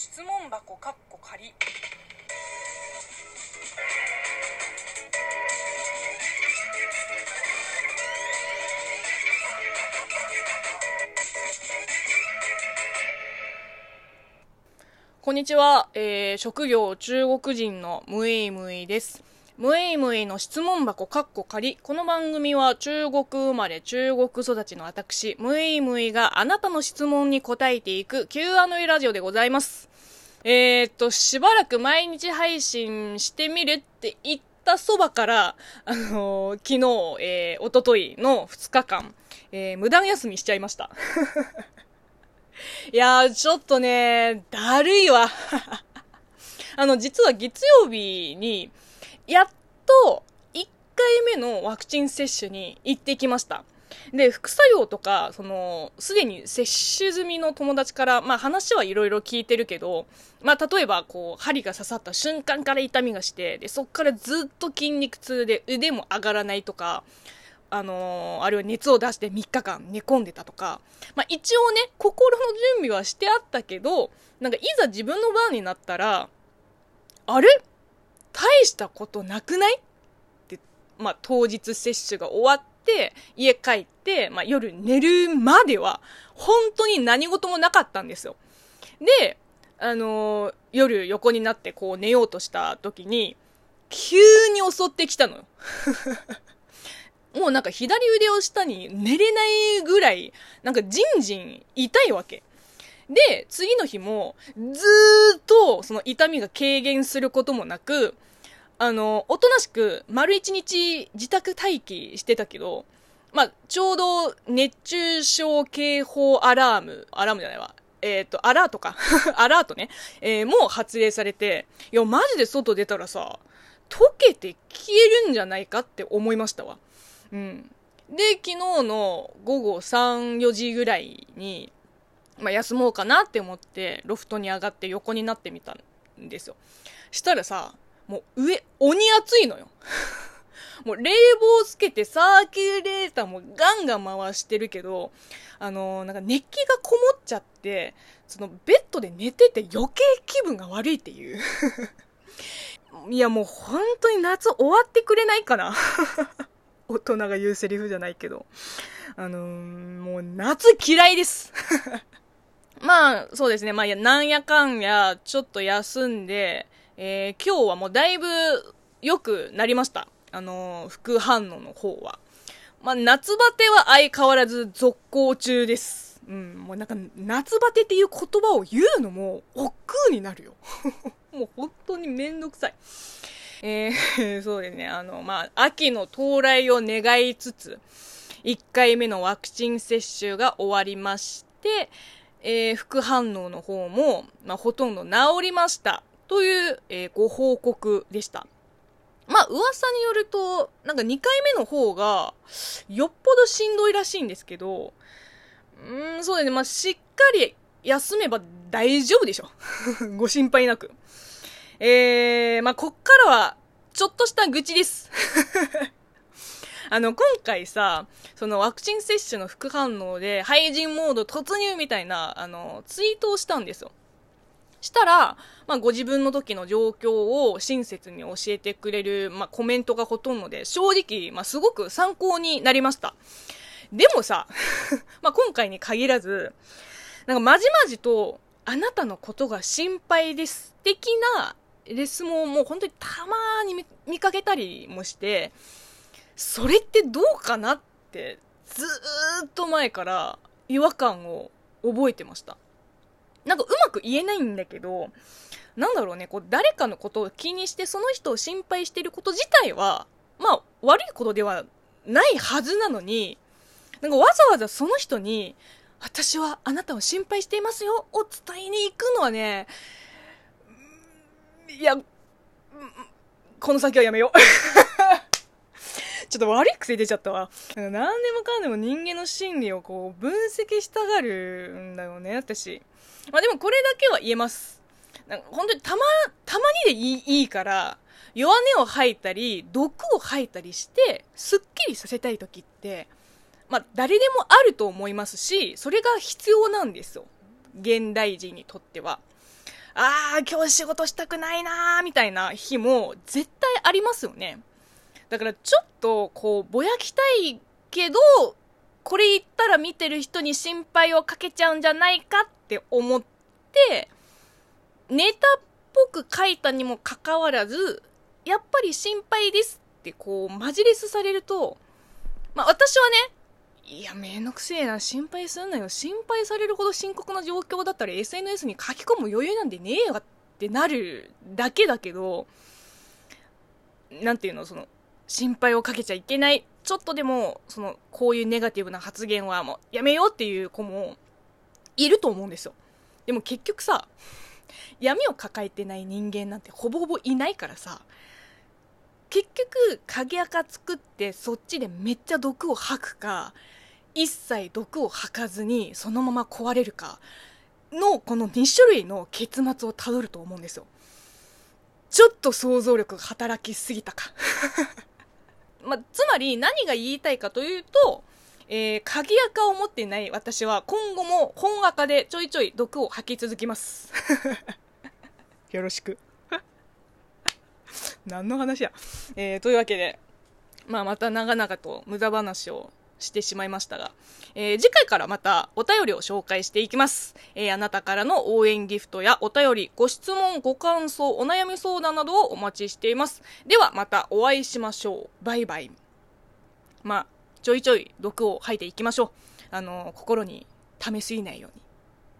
質問箱かっこ仮。こんにちは、職業中国人のムイムイです。ムイムイの質問箱かっこ仮。この番組は中国生まれ中国育ちの私ムイムイがあなたの質問に答えていく Q&A ラジオでございます。しばらく毎日配信してみるって言ったそばから、昨日、おとといの2日間、無断休みしちゃいました。いやー、ちょっとね、だるいわ。実は月曜日に、やっと1回目のワクチン接種に行ってきました。で、副作用とか、すでに接種済みの友達から、話はいろいろ聞いてるけど、例えば、針が刺さった瞬間から痛みがして、で、そっからずっと筋肉痛で腕も上がらないとか、あるいは熱を出して3日間寝込んでたとか、一応ね、心の準備はしてあったけど、いざ自分の番になったら、あれ大したことなくないって、当日接種が終わって、家帰って、夜寝るまでは、本当に何事もなかったんですよ。で、夜横になって寝ようとした時に、急に襲ってきたのよ。もう左腕を下に寝れないぐらい、じんじん痛いわけ。で、次の日も、ずーっとその痛みが軽減することもなく、おとなしく丸一日自宅待機してたけど、ちょうど熱中症警報アラームじゃないわ。アラートか。アラートね。もう発令されて、いや、マジで外出たらさ、溶けて消えるんじゃないかって思いましたわ。うん。で、昨日の午後3、4時ぐらいに、休もうかなって思って、ロフトに上がって横になってみたんですよ。したらさ、もう鬼暑いのよ。もう冷房つけてサーキュレーターもガンガン回してるけど、熱気がこもっちゃって、ベッドで寝てて余計気分が悪いっていう。いやもう本当に夏終わってくれないかな。大人が言うセリフじゃないけど。もう夏嫌いです。そうですね。なんやかんや、ちょっと休んで、今日はもうだいぶ良くなりました。副反応の方は。夏バテは相変わらず続行中です。もう夏バテっていう言葉を言うのも、億劫になるよ。もう本当にめんどくさい。そうですね。秋の到来を願いつつ、1回目のワクチン接種が終わりまして、副反応の方も、ほとんど治りました。という、ご報告でした。噂によると、2回目の方が、よっぽどしんどいらしいんですけど、そうですね。しっかり休めば大丈夫でしょ。ご心配なく。こっからは、ちょっとした愚痴です。今回さ、ワクチン接種の副反応で、廃人モード突入みたいな、ツイートをしたんですよ。したら、ご自分の時の状況を親切に教えてくれる、コメントがほとんどで、正直、すごく参考になりました。でもさ、今回に限らず、まじまじと、あなたのことが心配です。的なレスももう本当にたまーに見かけたりもして、それってどうかなってずーっと前から違和感を覚えてました。うまく言えないんだけど、誰かのことを気にしてその人を心配していること自体は、悪いことではないはずなのに、わざわざその人に、私はあなたを心配していますよを伝えに行くのはね、いや、この先はやめよう。ちょっと悪い癖出ちゃったわ。何でもかんでも人間の心理を分析したがるんだよね、私。でもこれだけは言えます。本当にたまにでいいから、弱音を吐いたり、毒を吐いたりして、スッキリさせたい時って、誰でもあると思いますし、それが必要なんですよ。現代人にとっては。 今日仕事したくないなーみたいな日も絶対ありますよね。だからちょっとぼやきたいけど、これ言ったら見てる人に心配をかけちゃうんじゃないかって思って、ネタっぽく書いたにもかかわらず、やっぱり心配ですってマジレスされると、私はね、いや、めんどくせえな、心配すんなよ。心配されるほど深刻な状況だったら SNS に書き込む余裕なんてねえよってなるだけだけど、なんていうの、心配をかけちゃいけない。ちょっとでも、こういうネガティブな発言はもうやめようっていう子もいると思うんですよ。でも結局さ、闇を抱えてない人間なんてほぼほぼいないからさ、結局影垢作ってそっちでめっちゃ毒を吐くか、一切毒を吐かずにそのまま壊れるかのこの2種類の結末をたどると思うんですよ。ちょっと想像力が働きすぎたかつまり何が言いたいかというと、鍵垢を持っていない私は今後も本垢でちょいちょい毒を吐き続きますよろしく何の話や、というわけで、また長々と無駄話をしてしまいましたが、次回からまたお便りを紹介していきます。あなたからの応援ギフトやお便り、ご質問、ご感想、お悩み相談などをお待ちしています。ではまたお会いしましょう。バイバイ。ちょいちょい毒を吐いていきましょう。心に溜めすぎないように。